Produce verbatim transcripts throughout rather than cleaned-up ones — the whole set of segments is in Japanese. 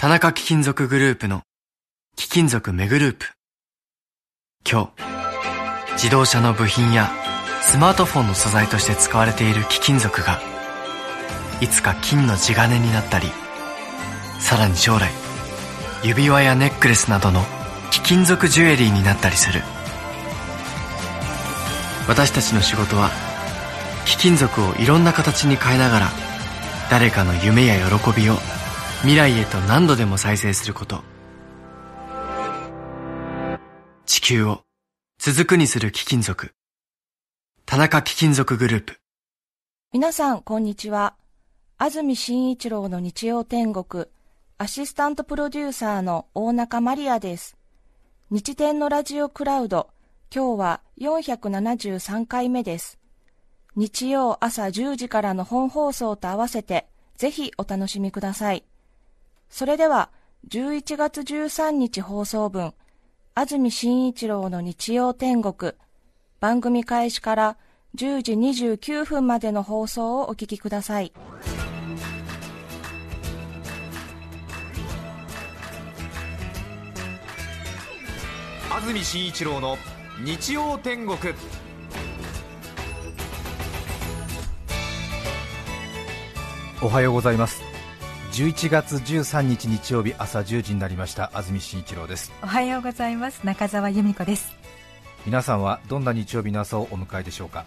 田中貴金属グループの貴金属メグループ。今日、自動車の部品やスマートフォンの素材として使われている貴金属がいつか金の地金になったり、さらに将来指輪やネックレスなどの貴金属ジュエリーになったりする。私たちの仕事は貴金属をいろんな形に変えながら誰かの夢や喜びを未来へと何度でも再生すること。地球を続くにする貴金属。田中貴金属グループ。 皆さんこんにちは。安住紳一郎の日曜天国アシスタントプロデューサーの大中マリアです。日天のラジオクラウド、今日はよんひゃくななじゅうさんかいめです。日曜朝じゅうじからの本放送と合わせてぜひお楽しみください。それではじゅういちがつじゅうさんにち放送分、安住紳一郎の日曜天国、番組開始からじゅうじにじゅうきゅうふんまでの放送をお聞きください。 安住紳一郎の日曜天国。 おはようございます。じゅういちがつじゅうさんにち日曜日朝じゅうじになりました。安住紳一郎です。 おはようございます。中澤由美子です。 皆さんはどんな日曜日の朝をお迎えでしょうか。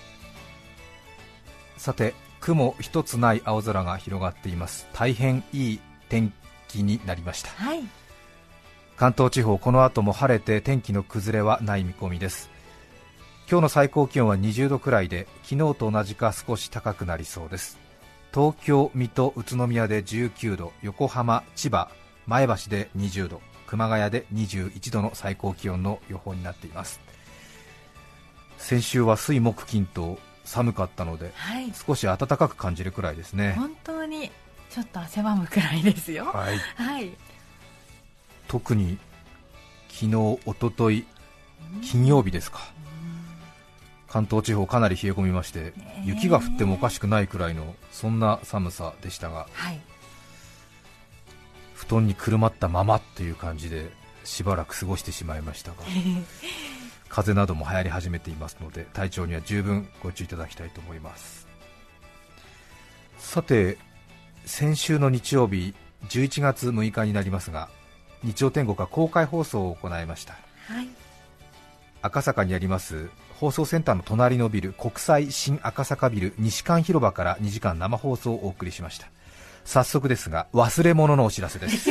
さて、雲一つない青空が広がっています。大変いい天気になりました、 はい、 関東地方、この後も晴れて天気の崩れはない見込みです。今日の最高気温はにじゅうどくらいで、昨日と同じか少し高くなりそうです。東京、水戸、宇都宮でじゅうきゅうど、横浜、千葉、前橋でにじゅうど、熊谷でにじゅういちどの最高気温の予報になっています。先週は水木金と寒かったので、はい、少し暖かく感じるくらいですね。 本当にちょっと汗ばむくらいですよ。 はい、 はい、 特に昨日、おととい、金曜日ですか、関東地方かなり冷え込みまして、雪が降ってもおかしくないくらいのそんな寒さでしたが、はい、布団にくるまったままという感じでしばらく過ごしてしまいましたが風邪なども流行り始めていますので、体調には十分ご注意いただきたいと思います。さて、先週の日曜日じゅういちがつむいかになりますが、日曜天国は公開放送を行いました。はい、赤坂にあります放送センターの隣のビル、国際新赤坂ビル西館広場からにじかん生放送をお送りしました。早速ですが、忘れ物のお知らせです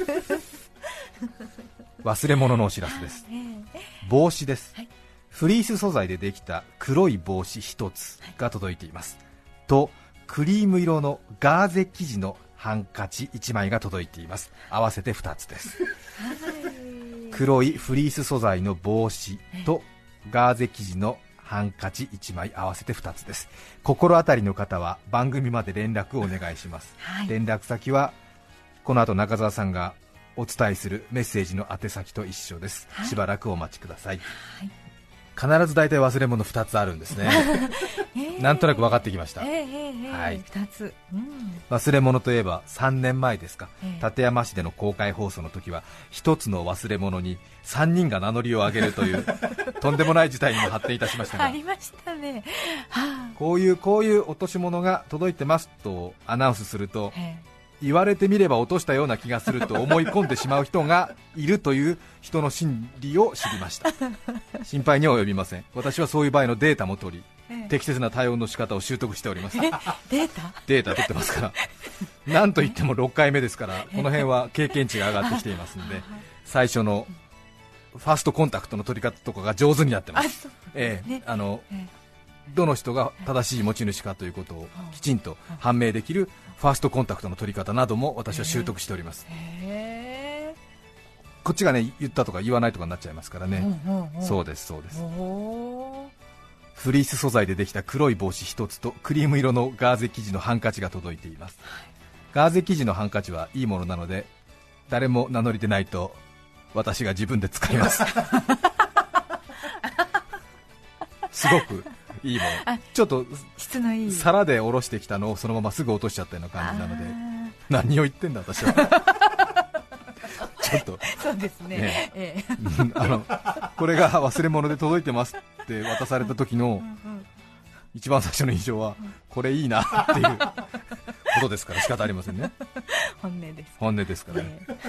忘れ物のお知らせです。帽子です、はい、フリース素材でできた黒い帽子一つが届いています、はい、とクリーム色のガーゼ生地のハンカチいちまいが届いています。合わせてふたつです、はい、黒いフリース素材の帽子とガーゼ生地のハンカチいちまい合わせてふたつです。心当たりの方は番組まで連絡をお願いします、はい、連絡先はこの後中澤さんがお伝えするメッセージの宛先と一緒です、はい、しばらくお待ちください、はい、必ず大体忘れ物ふたつあるんですね、えー、なんとなく分かってきました、えーえーはい、 ふたつ、うん、 忘れ物といえばさんねんまえですか、 えー、 館山市での公開放送の時はひとつの忘れ物にさんにんが名乗りを上げるというとんでもない事態にも発展いたしましたがありましたね、はあ、 こういうこういう落とし物が届いてますとアナウンスすると、えー言われてみれば落としたような気がすると思い込んでしまう人がいるという人の心理を知りました。心配には及びません。私はそういう場合のデータも取り、ええ、適切な対応の仕方を習得しております。 データデータ取ってますからなんといってもろっかいめですから、この辺は経験値が上がってきていますので、最初のファーストコンタクトの取り方とかが上手になってます。ええ、あの、ええどの人が正しい持ち主かということをきちんと判明できるファーストコンタクトの取り方なども私は習得しております。へー、こっちがね言ったとか言わないとかになっちゃいますからね、うんうんうん、そうですそうです。フリース素材でできた黒い帽子一つとクリーム色のガーゼ生地のハンカチが届いています。ガーゼ生地のハンカチはいいものなので誰も名乗り出ないと私が自分で使いますすごくいいもの、ちょっと質のいい皿でおろしてきたのをそのまますぐ落としちゃったような感じなので、何を言ってんだ私はちょっとそうですね、 ねええあのこれが忘れ物で届いてますって渡された時のうんうん一番最初の印象はこれいいなっていうことですから仕方ありませんね。 本音です本音ですからね。 え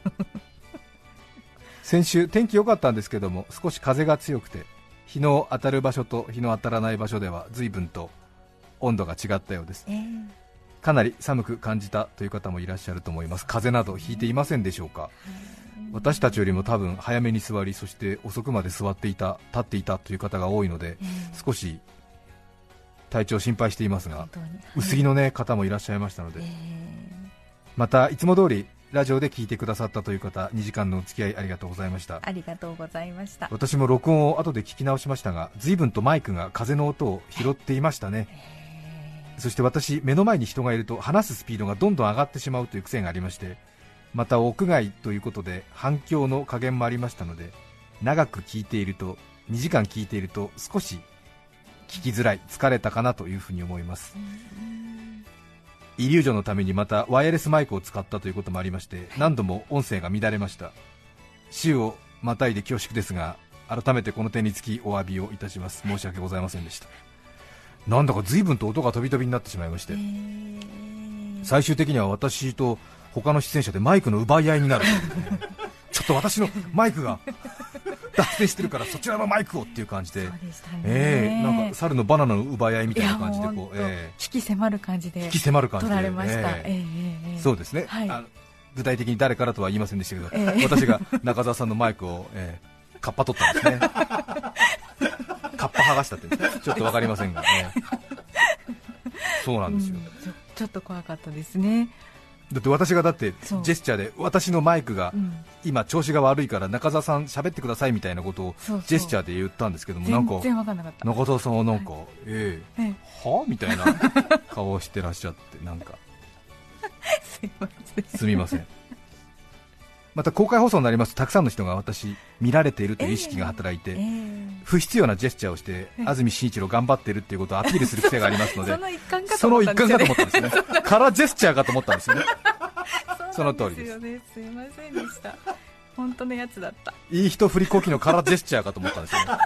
先週天気良かったんですけども少し風が強くて日の当たる場所と日の当たらない場所では随分と温度が違ったようです。 ええかなり寒く感じたという方もいらっしゃると思います。風邪などひいていませんでしょうか。私たちよりも多分早めに座り、そして遅くまで座っていた立っていたという方が多いので、 ええ少し体調心配していますが本当に薄着の、ね、方もいらっしゃいましたので、 ええまたいつも通りラジオで聞いてくださったという方にじかんのお付き合いありがとうございました。 ありがとうございました。 私も録音を後で聞き直しましたが随分とマイクが風の音を拾っていましたね。そして私目の前に人がいると話すスピードがどんどん上がってしまうという癖がありまして、また屋外ということで反響の加減もありましたので長く聞いているとにじかん聞いていると少し聞きづらい疲れたかなというふうに思います。イリュージョンのためにまたワイヤレスマイクを使ったということもありまして何度も音声が乱れました。週をまたいで恐縮ですが改めてこの点につきお詫びをいたします。申し訳ございませんでした。なんだか随分と音が飛び飛びになってしまいまして、 ええ最終的には私と他の出演者でマイクの奪い合いになるちょっと私のマイクが脱線してるからそちらのマイクをっていう感じで、 そうでしたね、 えー、なんか猿のバナナの奪い合いみたいな感じでこう、 いやもう本当え引き迫る感じでー引き迫る感じで取られました、 えーええええそうですね、 はいあの具体的に誰からとは言いませんでしたけど、 えー私が中澤さんのマイクを、えー、カッパ取ったんですねカッパ剥がしたってちょっと分かりませんが、えーそうなんですよ、 うんちょ、ちょっと怖かったですね。 だって私がだってジそうェスチャーで私のマイクがうん今調子が悪いから中澤さん喋ってくださいみたいなことをそうそうジェスチャーで言ったんですけども、なんか全然分かんなかった。 中澤さんはなんか、ええええはみたいな顔をしてらっしゃってなんかすいません。 すみませんまた公開放送になりますとたくさんの人が私見られているという意識が働いて、 ええ不必要なジェスチャーをして安住紳一郎頑張ってるっていうことをアピールする癖がありますのでその一環かとその一思ったんですよね。 環かと思ったんですねからジェスチャーかと思ったんですよねその通りですそうなんですよね。すいませんでした。本当のやつだった。 いい人振りこきのからジェスチャーかと思ったんですよね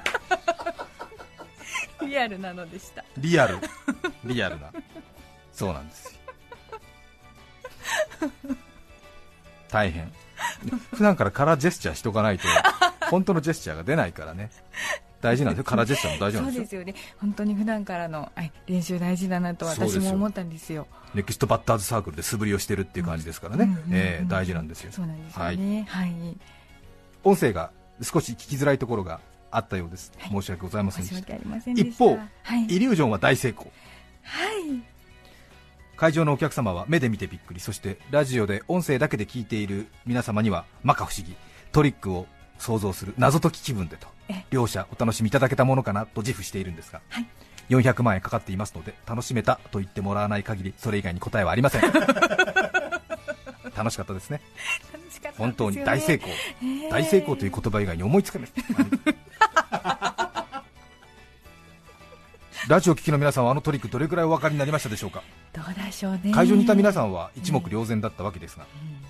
リアルなのでした。 リアルリアルなそうなんですよ大変普段からカラージェスチャーしとかないと本当のジェスチャーが出ないからね大事なんですよ。カラージェスチャーも大事なんですよ。 そうですよね。本当に普段からのはい練習大事だなと私も思ったんですよ。 ネクストバッターズサークルで素振りをしてるっていう感じですからね、 うんうんうんうんえー大事なんですよ。 そうなんですよはい、 ね。はい。 音声が少し聞きづらいところがあったようです、 はい申し訳ございませんでした。 申し訳ありませんでした。 一方、 はい。 イリュージョンは大成功。 はい。 会場のお客様は目で見てびっくり、そしてラジオで音声だけで聞いている皆様には摩訶不思議、トリックを想像する謎解き気分でと、 え両者お楽しみいただけたものかなと自負しているんですが、 はい、 よんひゃくまんえんかかっていますので楽しめたと言ってもらわない限りそれ以外に答えはありません楽しかったですね。 楽しかったですよね。 本当に大成功、 えー大成功という言葉以外に思いつかないラジオ聴きの皆さんはあのトリックどれくらいお分かりになりましたでしょうか。 どうでしょうね。 会場にいた皆さんは一目瞭然だったわけですが、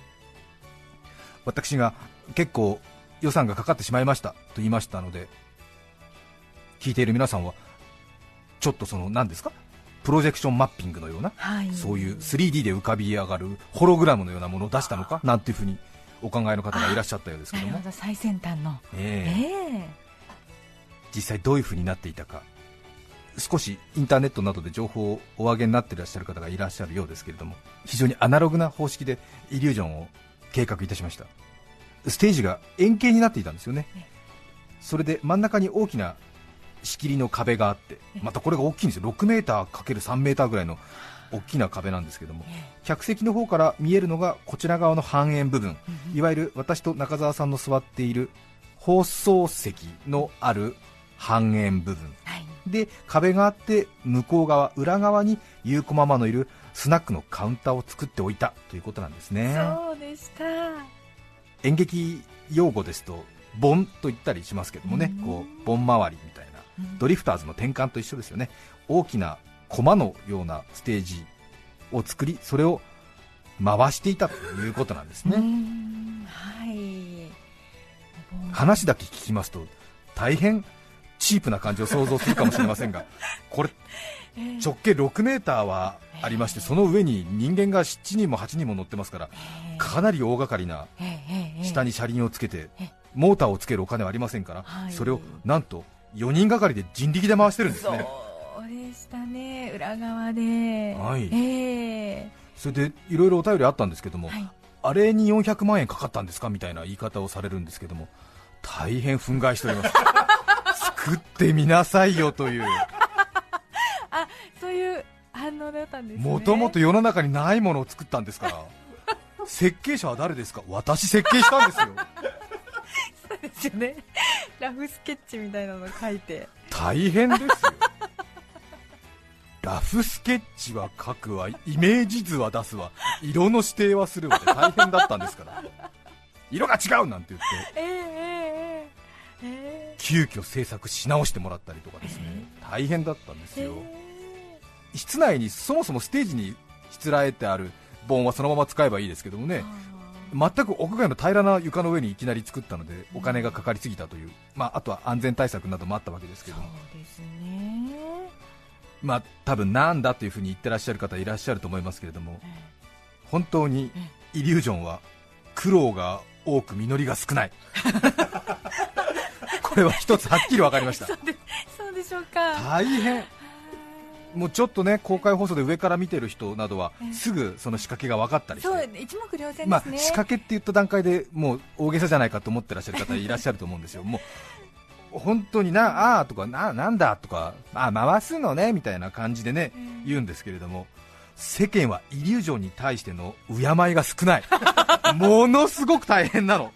私が結構予算がかかってしまいましたと言いましたので、聞いている皆さんはちょっとその何ですか、プロジェクションマッピングのような、 はい、 そういう スリーディー で浮かび上がるホログラムのようなものを出したのかなんていうふうにお考えの方がいらっしゃったようですけども、 なるほど、最先端の、 えーえー、 実際どういうふうになっていたか、少しインターネットなどで情報をお上げになっていらっしゃる方がいらっしゃるようですけれども、非常にアナログな方式でイリュージョンを計画いたしました。ステージが円形になっていたんですよね。それで真ん中に大きな仕切りの壁があって、またこれが大きいんですよ。ろくメーターかけるさんメーターぐらいの大きな壁なんですけども、客席の方から見えるのがこちら側の半円部分、いわゆる私と中澤さんの座っている放送席のある半円部分、 はい、 で壁があって向こう側裏側に優子ママのいるスナックのカウンターを作っておいたということなんですね。 そうでした。 演劇用語ですと盆と言ったりしますけどもね、こう盆回りみたいな、ドリフターズの転換と一緒ですよね。大きな駒のようなステージを作り、それを回していたということなんですね。 はい、 話だけ聞きますと大変チープな感じを想像するかもしれませんがこれ直径ろくメーターはありまして、その上に人間がななにんもはちにんも乗ってますから、かなり大掛かりな、下に車輪をつけてモーターをつけるお金はありませんから、それをなんとよにんがかりで人力で回してるんですね。 そうでしたね、裏側で、 はい、 えー、 それでいろいろお便りあったんですけども、はい、あれによんひゃくまんえんかかったんですかみたいな言い方をされるんですけども、大変憤慨しております作ってみなさいよというあ、そういう反応だったんですね。 もともと世の中にないものを作ったんですから設計者は誰ですか、私設計したんですよそうですよね、ラフスケッチみたいなの書いて大変ですよラフスケッチは書くわ、イメージ図は出すわ、色の指定はするわで大変だったんですから色が違うなんて言って、えーえーえー、急遽制作し直してもらったりとかですね、えー、大変だったんですよ、えー、室内にそもそもステージにしつらえてある盆はそのまま使えばいいですけどもね、全く屋外の平らな床の上にいきなり作ったのでお金がかかりすぎたという、まあ、あとは安全対策などもあったわけですけども、 そうですね、 まあ、多分なんだというふうに言ってらっしゃる方いらっしゃると思いますけれども、本当にイリュージョンは苦労が多く実りが少ないこれは一つはっきり分かりました。 そうで、そうでしょうか。 大変、もうちょっとね公開放送で上から見てる人などはすぐその仕掛けが分かったりして、 そう一目瞭然ですね、 まあ、仕掛けって言った段階でもう大げさじゃないかと思ってらっしゃる方いらっしゃると思うんですよもう本当になあーとか な, なんだとか、あ回すのねみたいな感じでね言うんですけれども、世間はイリュージョンに対しての敬いが少ないものすごく大変なの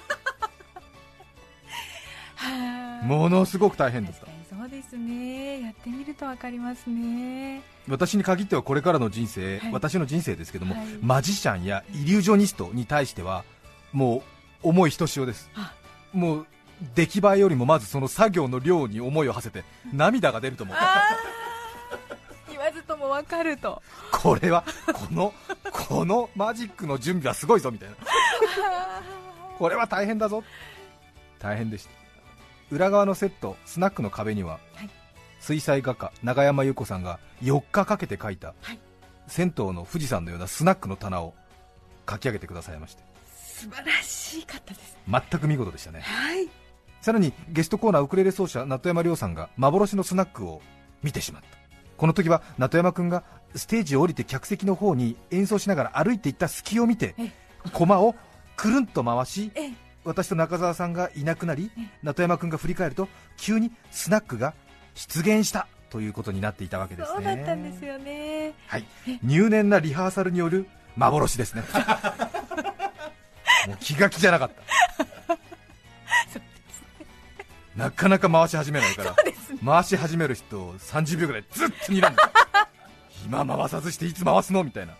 ものすごく大変だった。 確かにそうですね、やってみると分かりますね。 私に限ってはこれからの人生、はい、私の人生ですけども、はい、マジシャンやイリュージョニストに対してはもう思いひとしおです。もう出来栄えよりもまずその作業の量に思いを馳せて涙が出ると思う言わずとも分かると、 これはこのこのマジックの準備はすごいぞみたいなこれは大変だぞ、大変でした。裏側のセット、スナックの壁には、はい、水彩画家永山優子さんがよっかかけて描いた、はい、銭湯の富士山のようなスナックの棚を描き上げてくださいまして、 素晴らしかったです。 全く見事でしたね、 はい、 さらにゲストコーナーウクレレ奏者名戸山亮さんが幻のスナックを見てしまった。この時は名戸山くんがステージを降りて客席の方に演奏しながら歩いていった隙を見てコマをくるんと回し、私と中澤さんがいなくなり、名戸山くんが振り返ると急にスナックが出現したということになっていたわけですね。 そうだったんですよね、 はい、入念なリハーサルによる幻ですねもう気が気じゃなかったそうです、ね、なかなか回し始めないから、ね、回し始める人をさんじゅうびょうぐらいずっと睨んで今回さずしていつ回すのみたいな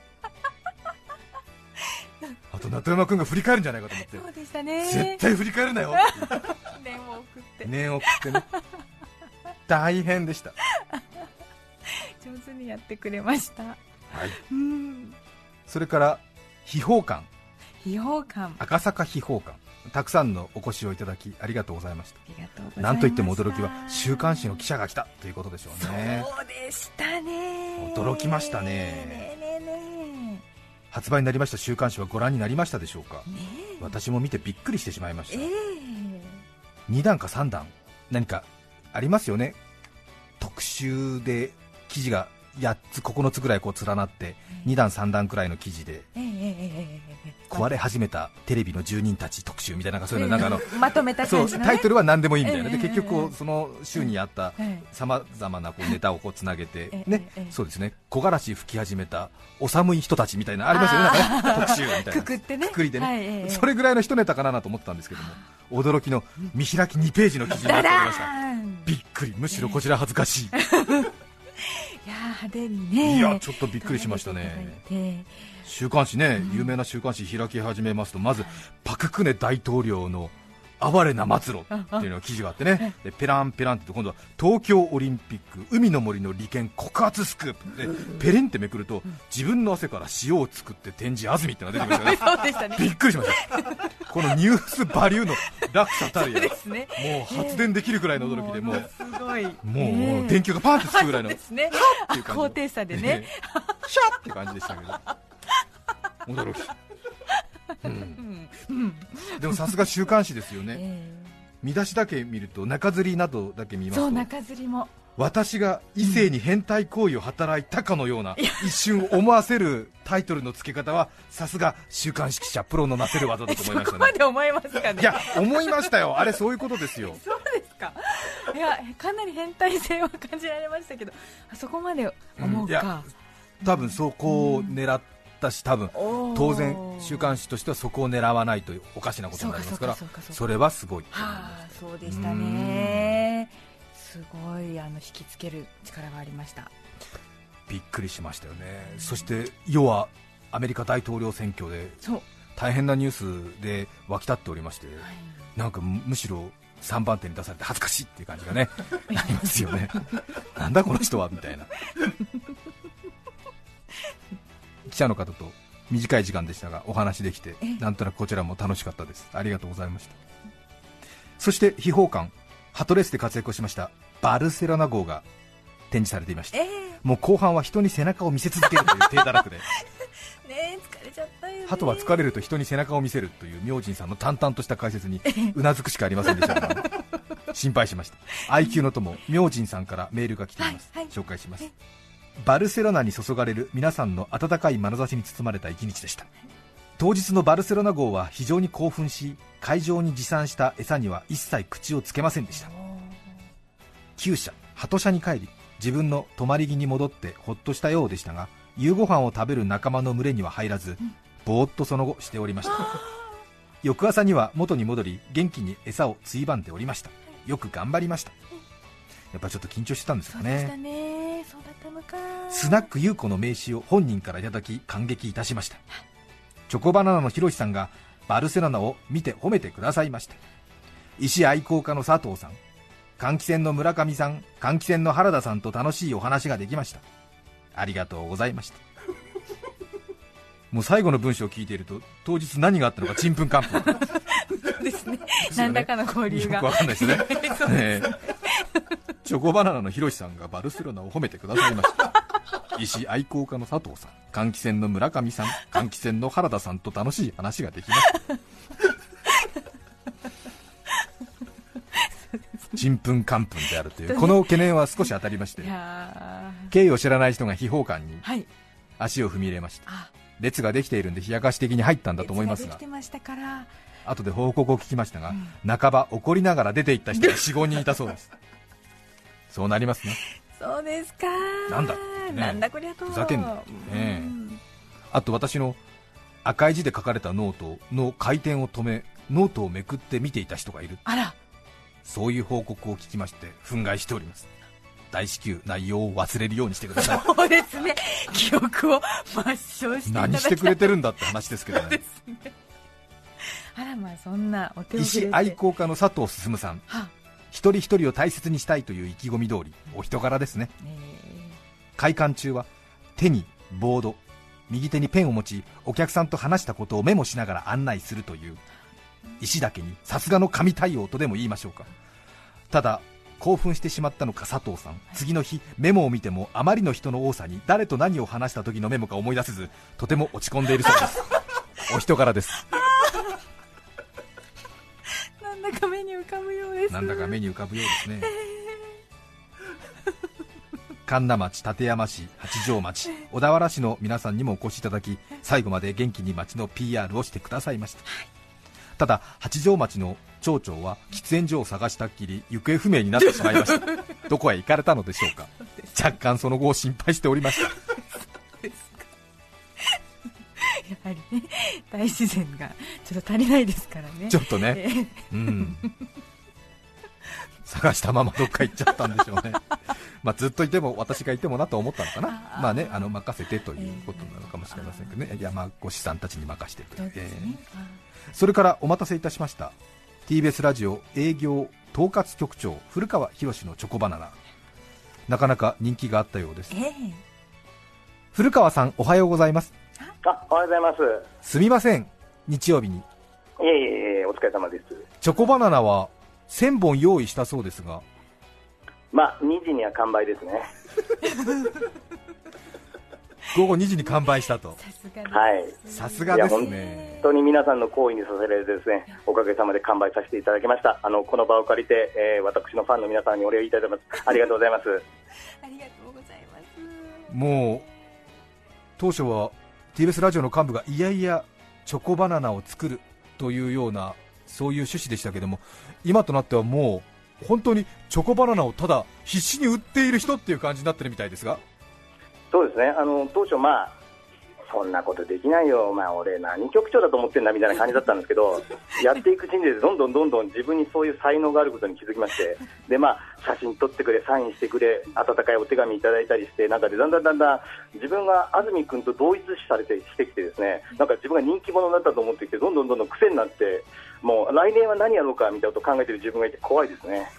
あと名戸山くんが振り返るんじゃないかと思って、 そうでしたね、 絶対振り返るなよ念を送って念を送ってね大変でした上手にやってくれました、はい、 うん、それから秘宝館、 秘宝館、 赤坂秘宝館、たくさんのお越しをいただきありがとうございました。ありがとうございました。なんといっても驚きは週刊誌の記者が来たということでしょうね。 そうでしたね、 驚きましたね。 ねえねえねえ、 発売になりました週刊誌はご覧になりましたでしょうか、ね、私も見てびっくりしてしまいました、えー、にだんかさんだん何かありますよね。特集で記事がやっつここのつぐらいこう連なって、えー、にだんさんだんくらいの記事で、えーえー、壊れ始めたテレビの住人たち特集みたいな、そういうのなんかあのまとめた感じの、ね、 そうタイトルは何でもいいみたいな、えー、で結局こうその週にあったさまざまなこうネタをこうつなげて、えーねえー、そうですね、木枯らし吹き始めたお寒い人たちみたいなありますよね、なんかね特集みたいなくくってね、 くくりでね、 はい、えー、 それぐらいの一ネタかなと思ったんですけども、驚きの見開きにページの記事になっておりました。びっくり、むしろこちら恥ずかしい、えーいや派手にね、 いやちょっとびっくりしましたね。週刊誌ね、うん、有名な週刊誌開き始めますと、まずパククネ大統領の哀れな末路っていうのが記事があってね、でペランペランって今度は東京オリンピック海の森の利権告発スクープでペリンってめくると自分の汗から塩を作って展示安住ってのが出てきましたね。 そうでしたね。 びっくりしましたこのニュースバリューの落差たるや、 ですね、 もう発電できるくらいの驚きで、もうすごいもう、えー、電球がパンってつくぐらいのですね、 っていう感じ高低差でね、 シャッって感じでしたけど驚き、うんうん、でもさすが週刊誌ですよね、えー見出しだけ見ると中吊りなどだけ見ますと、 そう中吊りも私が異性に変態行為を働いたかのような、うん、一瞬思わせるタイトルの付け方はさすが週刊誌記者プロのなせる技だと思いましたね。 そこまで思いますかね。 いや思いましたよ、あれそういうことですよ。 そうですか。いやかなり変態性は感じられましたけど、あそこまで思うか、うん、いや多分そこを狙ってだし多分当然週刊誌としてはそこを狙わないとおかしなことになりますから、それはすごいと思いました。 はあ、そうでしたね。すごいあの引きつける力がありました。 びっくりしましたよね。そして要はアメリカ大統領選挙で大変なニュースで沸き立っておりまして、はい、なんかむしろさんばん手に出されて恥ずかしいっていう感じがねありますよねなんだこの人はみたいな記者の方と短い時間でしたがお話できて、なんとなくこちらも楽しかったです。ありがとうございました。そして秘宝館ハトレースで活躍をしましたバルセロナ号が展示されていました、えー、もう後半は人に背中を見せ続けるという低堕落でねえ疲れちゃったよね。 鳩は疲れると人に背中を見せるという明神さんの淡々とした解説にうなずくしかありませんでしたが心配しました。 アイキュー の友明神さんからメールが来ています、はいはい、紹介します。バルセロナに注がれる皆さんの温かい眼差しに包まれた一日でした。当日のバルセロナ号は非常に興奮し、会場に持参した餌には一切口をつけませんでした。厩舎、鳩舎に帰り自分の泊まり木に戻ってほっとしたようでしたが、夕ご飯を食べる仲間の群れには入らず、ぼーっとその後しておりました。翌朝には元に戻り元気に餌をついばんでおりました。よく頑張りました。やっぱちょっと緊張してたんですかね。 そうでしたね。そうだったのか。 スナック優子の名刺を本人からいただき感激いたしました。チョコバナナのひろしさんがバルセロナを見て褒めてくださいました。石愛好家の佐藤さん、換気扇の村上さん、換気扇の原田さんと楽しいお話ができました。ありがとうございましたもう最後の文章を聞いていると当日何があったのかちんぷんかんぷんそうですね、何らかの交流がよくわかんないですねそうですねチョコバナナのひろしさんがバルセロナを褒めてくださいました石愛好家の佐藤さん、換気扇の村上さん、換気扇の原田さんと楽しい話ができましたちんぷんかんぷんであるというこの懸念は少し当たりまして、経緯を知らない人が秘宝館に足を踏み入れました、はい、列ができているんで冷やかし的に入ったんだと思いますが、後で報告を聞きましたが、うん、半ば怒りながら出て行った人が よん,ご 人いたそうですそうなりますね。 そうですか。 なんだ、ね、 なんだこりゃとふざけんな、ね、あと私の赤い字で書かれたノートの回転を止めノートをめくって見ていた人がいる。 あら、 そういう報告を聞きまして憤慨しております。大至急内容を忘れるようにしてください。 そうですね、記憶を抹消していただきたい。 何してくれてるんだって話ですけど ね, ねあら、まあそんなお手を触れて。 石愛好家の佐藤進さん、はあ、一人一人を大切にしたいという意気込み通りお人柄ですね、えー、開館中は手にボード、右手にペンを持ちお客さんと話したことをメモしながら案内するという石だけにさすがの神対応とでも言いましょうか。ただ興奮してしまったのか佐藤さん、次の日メモを見てもあまりの人の多さに誰と何を話した時のメモか思い出せずとても落ち込んでいるそうですお人柄です。 なんだか目に浮かぶようです。 なんだか目に浮かぶようですね神流町、館山市、八丈町、小田原市の皆さんにもお越しいただき最後まで元気に町の ピーアール をしてくださいました。ただ八丈町の町長は喫煙所を探したっきり行方不明になってしまいましたどこへ行かれたのでしょうか。若干その後を心配しておりましたやはりね、大自然がちょっと足りないですからね。 ちょっとね、えー、うん探したままどっか行っちゃったんでしょうねまあずっといても私がいてもなと思ったのかな。あまあね、あの任せてということなのかもしれませんけどね、山越さんたちに任せてという、ね、えー、それからお待たせいたしましたティービーエス ラジオ営業統括局長古川博のチョコバナナ、なかなか人気があったようです。 えー、 古川さん、おはようございます。 あ、おはようございます。 すみません、日曜日に。 いえいえいえ、お疲れ様です。 チョコバナナはせんぼん用意したそうですが、 まあにじには完売ですね。 午後にじに完売したと。 さすがです。 はい。 さすがですね。 本当に皆さんの行為にさせられてですね、おかげさまで完売させていただきました。あのこの場を借りて、えー、私のファンの皆さんにお礼をいただきます。ありがとうございます。 ありがとうございます。 もう当初は ティービーエス ラジオの幹部がいやいやチョコバナナを作るというような、そういう趣旨でしたけども、今となってはもう本当にチョコバナナをただ必死に売っている人っていう感じになってるみたいですが。 そうですね、あの当初、まあそんなことできないよ、まあ、俺何局長だと思ってんだみたいな感じだったんですけどやっていくうちにどんどんどんどん自分にそういう才能があることに気づきまして、で、まあ、写真撮ってくれ、サインしてくれ、温かいお手紙いただいたりして中でだんだんだんだん自分が安住君と同一視されてしてきてですね、なんか自分が人気者になったと思ってきて、どんどんどんどん癖になって、もう来年は何やろうかみたいなことを考えている自分がいて怖いですね。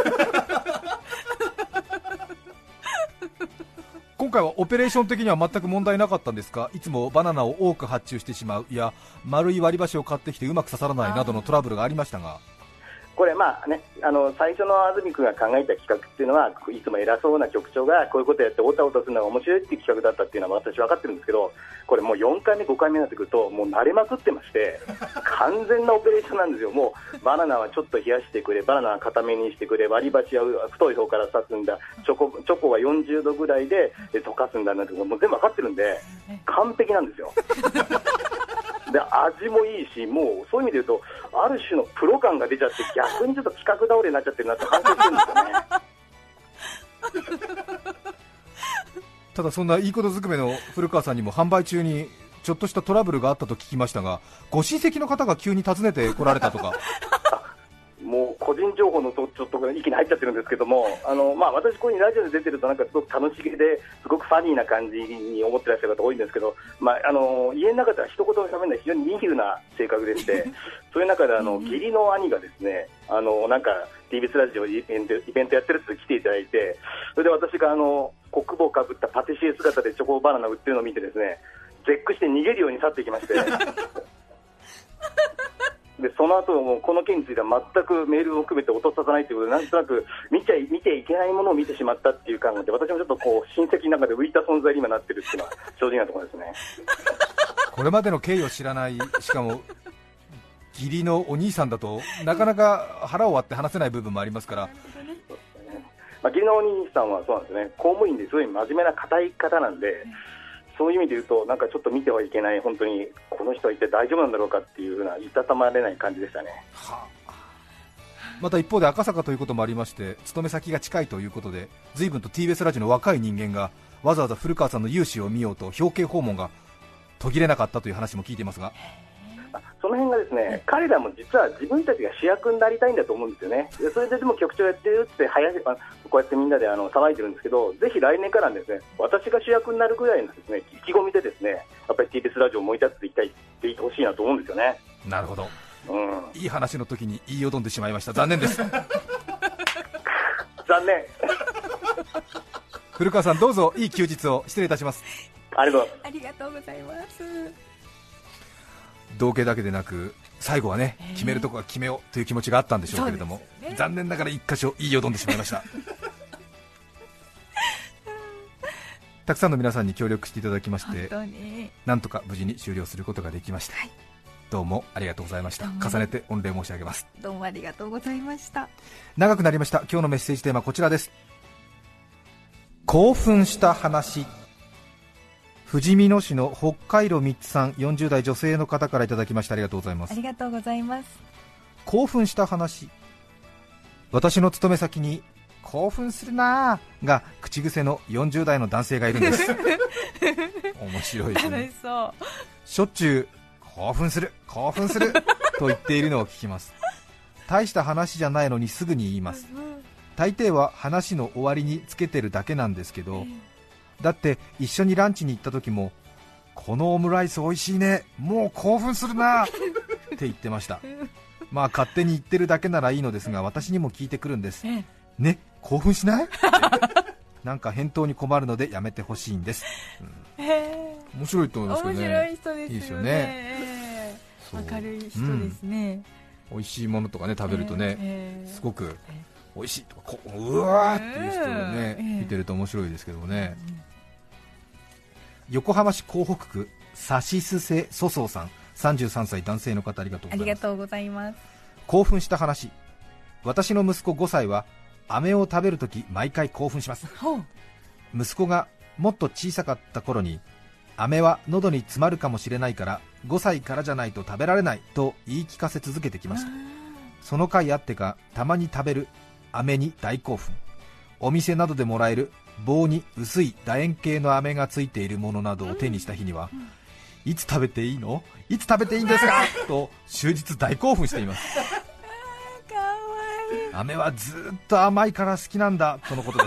今回はオペレーション的には全く問題なかったんですか？いつもバナナを多く発注してしまう、いや丸い割り箸を買ってきてうまく刺さらないなどのトラブルがありましたが、 これ、まあね、あの最初の安住君が考えた企画っていうのは、いつも偉そうな局長がこういうことやっておたおたするのが面白いっていう企画だったっていうのは私分かってるんですけど、これもうよんかいめごかいめになってくるともう慣れまくってまして、完全なオペレーションなんですよ。もうバナナはちょっと冷やしてくれ、バナナは固めにしてくれ、割り箸は太い方から刺すんだ、チョコ、チョコはよんじゅうどぐらいで溶かすんだなんてもう全部分かってるんで完璧なんですよ。で味もいいし、もうそういう意味で言うとある種のプロ感が出ちゃって、逆にちょっと企画倒れになっちゃってるなって反省してるんですよね。 ただそんないいことずくめの古川さんにも販売中にちょっとしたトラブルがあったと聞きましたが、ご親戚の方が急に訪ねて来られたとか。 もう個人情報のとちょっと息に入っちゃってるんですけども、あの、まあ、私こういうラジオで出てるとなんかすごく楽しげですごくファニーな感じに思ってらっしゃる方多いんですけど、まあ、あの家の中では一言も喋るのは非常にニヒルな性格でしてそういう中であの義理の兄がですね、あのなんか ティービーエス ラジオイベント、イベントやってるって来ていただいて、それで私があの国帽をかぶったパティシエ姿でチョコバナナ売ってるのを見てですね、絶句して逃げるように去っていきましてでその後もこの件については全くメールを含めて音ささないということで、なんとなく見ちゃい見ていけないものを見てしまったっていう感じで、私もちょっとこう親戚の中で浮いた存在に今なってるっていうのは正直なところですね。 これまでの経緯を知らない、しかも義理のお兄さんだとなかなか腹を割って話せない部分もありますから。 まあ、義理のお兄さんはそうなんですね、公務員ですごい真面目な固い方なんで、そういう意味で言うとなんかちょっと見てはいけない、本当にこの人は一体大丈夫なんだろうかっていうふうな、いたたまれない感じでしたね。 はあ、また一方で赤坂ということもありまして、勤め先が近いということで随分と ティービーエス ラジオの若い人間がわざわざ古川さんの勇姿を見ようと表敬訪問が途切れなかったという話も聞いていますが、 その辺がですね、彼らも実は自分たちが主役になりたいんだと思うんですよね。でそれででも局長やってるって早いこうやってみんなであの騒いでるんですけど、ぜひ来年からですね、私が主役になるぐらいのですね意気込みでですね、やっぱり ティービーエス ラジオを盛り立てていきたいって言ってほしいなと思うんですよね。 なるほど、 うん、 いい話の時に言いよどんでしまいました。残念です。 残念。 古川さん、どうぞいい休日を。失礼いたします。 ありがとうありがとうございます。 同型だけでなく最後はね、決めるとこは決めようという気持ちがあったんでしょうけれども、ね、残念ながら一箇所言いよどんでしまいました。たくさんの皆さんに協力していただきまして、なんとか無事に終了することができました、はい、どうもありがとうございました。重ねて御礼申し上げます。 どうもありがとうございました。 長くなりました。今日のメッセージテーマはこちらです。興奮した話。ふじみ野市の北海道みっつさん、よんじゅう代女性の方からいただきました。ありがとうございます。 ありがとうございます。 興奮した話。私の勤め先に興奮するなーが口癖のよんじゅう代の男性がいるんです。面白いですね。 楽しそう。 しょっちゅう興奮する興奮すると言っているのを聞きます。大した話じゃないのにすぐに言います。大抵は話の終わりにつけてるだけなんですけど、だって一緒にランチに行った時も、このオムライス美味しいね、もう興奮するなって言ってました。 まあ勝手に言ってるだけならいいのですが、私にも聞いてくるんです。 えね、興奮しないなんか返答に困るのでやめてほしいんです、うん、 へ面白いと思いますけどね。 面白い人ですよね。 いいですよね。 えー、明るい人ですね、 うん、美味しいものとかね食べるとね、 えー、 すごく美味しいとかこう、うわーっていう人をね、 えー、 見てると面白いですけどもね、うん、横浜市港北区さしすせそそうさん、さんじゅうさんさい男性の方、ありがとうございます。 ありがとうございます。 興奮した話。私の息子ごさいは飴を食べるとき毎回興奮します。息子がもっと小さかった頃に、飴は喉に詰まるかもしれないからごさいからじゃないと食べられないと言い聞かせ続けてきました。その回あってか、たまに食べる飴に大興奮。お店などでもらえる棒に薄い楕円形の飴がついているものなどを手にした日には、いつ食べていいの、いつ食べていいんですかと終日大興奮しています。飴はずっと甘いから好きなんだとのことです。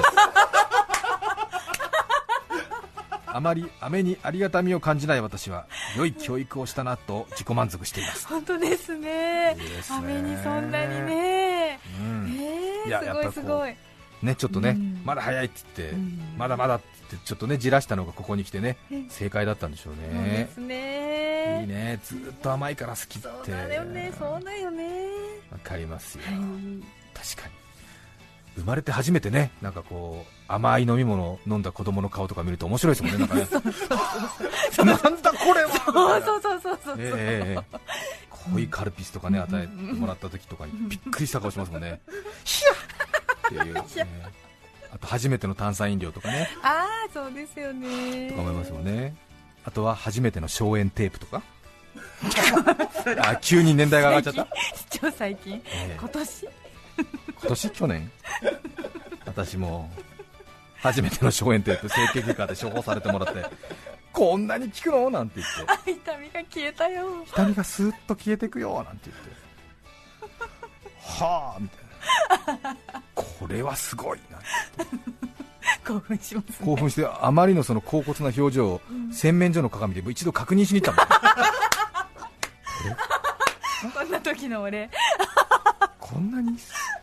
あまり飴にありがたみを感じない私は良い教育をしたなと自己満足しています。 本当ですね。 いいですね。 飴にそんなにね、 うん、 えー、 いやすごいすごいね、ちょっとね、 うん、 まだ早いって言って、 うん、 まだまだって言ってちょっとねじらしたのがここに来てね正解だったんでしょうね。 そうですね。 いいね、ずっと甘いから好きって。 そうだよね、そうだよね。 わかりますよ、 はい、 確かに生まれて初めてね、なんかこう甘い飲み物を飲んだ子供の顔とか見ると面白いですもんね。なんかねなんだこれはそうそうそうそうそう、 えー、濃いカルピスとかね与えてもらった時とかにびっくりした顔しますもんね。ヒヤッっていう、ね、あと初めての炭酸飲料とかね、 ああそうですよねとか思いますもんね。あとは初めての消炎テープとかあ、急に年代が上がっちゃった。 超最近、えー、今年今年去年私も初めての消炎テープ整形外科で処方されてもらって、こんなに効くのなんて言って、 痛みが消えたよ、 痛みがスーッと消えてくよなんて言って、はあみたいな、これはすごいな興奮しますね。 興奮して、あまりのその恍惚な表情を、うん、洗面所の鏡で一度確認しに行ったもんこんな時の俺こんなに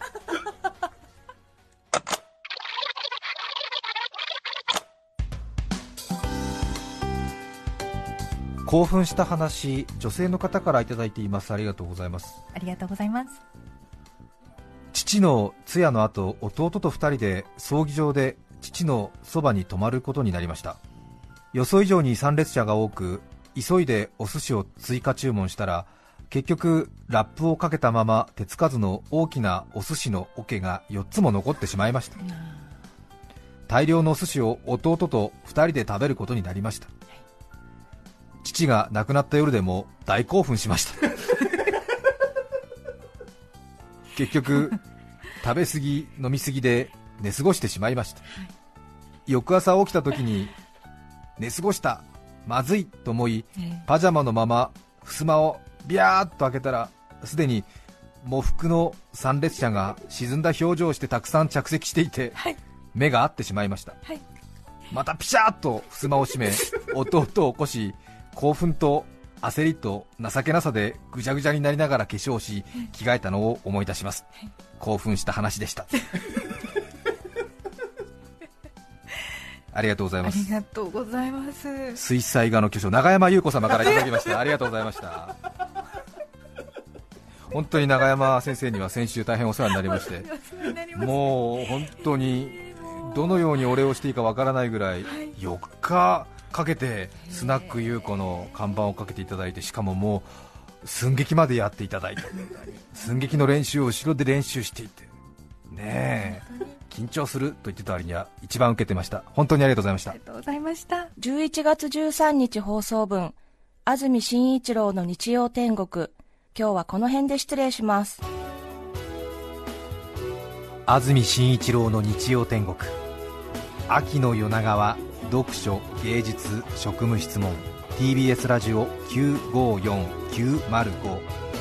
興奮した話、女性の方からいただいています。ありがとうございます。 ありがとうございます。 父の通夜の後、弟とふたりで葬儀場で父のそばに泊まることになりました。予想以上に参列者が多く、急いでお寿司を追加注文したら、結局ラップをかけたまま手つかずの大きなお寿司の桶がよっつも残ってしまいました。大量のお寿司を弟とふたりで食べることになりました。父が亡くなった夜でも大興奮しました結局食べ過ぎ飲み過ぎで寝過ごしてしまいました、はい、翌朝起きた時に寝過ごした、まずいと思い、パジャマのまま襖をビャーっと開けたら、すでに喪服の参列者が沈んだ表情をしてたくさん着席していて、はい、目が合ってしまいました、はい、またピシャーっと襖を閉め弟を起こし、興奮と焦りと情けなさでぐちゃぐちゃになりながら化粧し着替えたのを思い出します。興奮した話でしたありがとうございます。 ありがとうございます。 水彩画の巨匠永山優子様からいただきましたありがとうございました本当に永山先生には先週大変お世話になりまして、もう本当にどのようにお礼をしていいかわからないぐらいよっかかけてスナック優子の看板をかけていただいて、しかももう寸劇までやっていただいて、寸劇の練習を後ろで練習していてねえ、緊張すると言ってた割には一番受けてました。本当にありがとうございました。 ありがとうございました。 じゅういちがつじゅうさんにち放送分、安住紳一郎の日曜天国。今日はこの辺で失礼します。 安住紳一郎の日曜天国。秋の夜長は読書、芸術、職務質問 ティービーエス ラジオきゅうごよんきゅうまるご。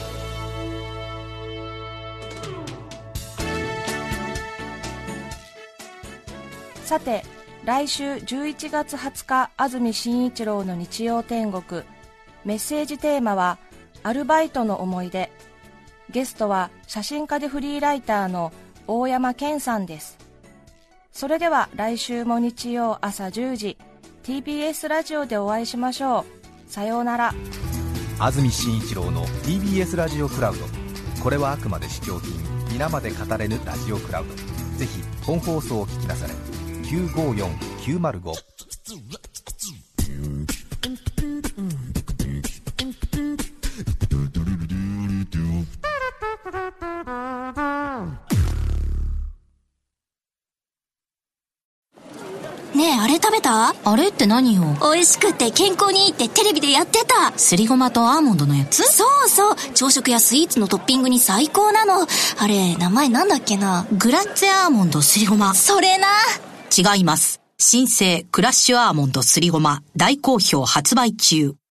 さて、来週じゅういちがつはつか、安住紳一郎の日曜天国。メッセージテーマはアルバイトの思い出。 ゲストは写真家でフリーライターの大山健さんです。それでは来週も日曜朝じゅうじ ティービーエス ラジオでお会いしましょう。さようなら。 安住紳一郎の ティービーエス ラジオクラウド。これはあくまで試供品、皆まで語れぬラジオクラウド。ぜひ本放送を聞きなされ。きゅうごよんきゅうまるご。 ねえ、あれ食べた？ あれって何よ？ 美味しくて健康にいいってテレビでやってた。 すりごまとアーモンドのやつ？ そうそう、朝食やスイーツのトッピングに最高なの。あれ、名前なんだっけな。 グラッツェアーモンドすりごま。 それな。 違います。新生クラッシュアーモンドすりごま大好評発売中。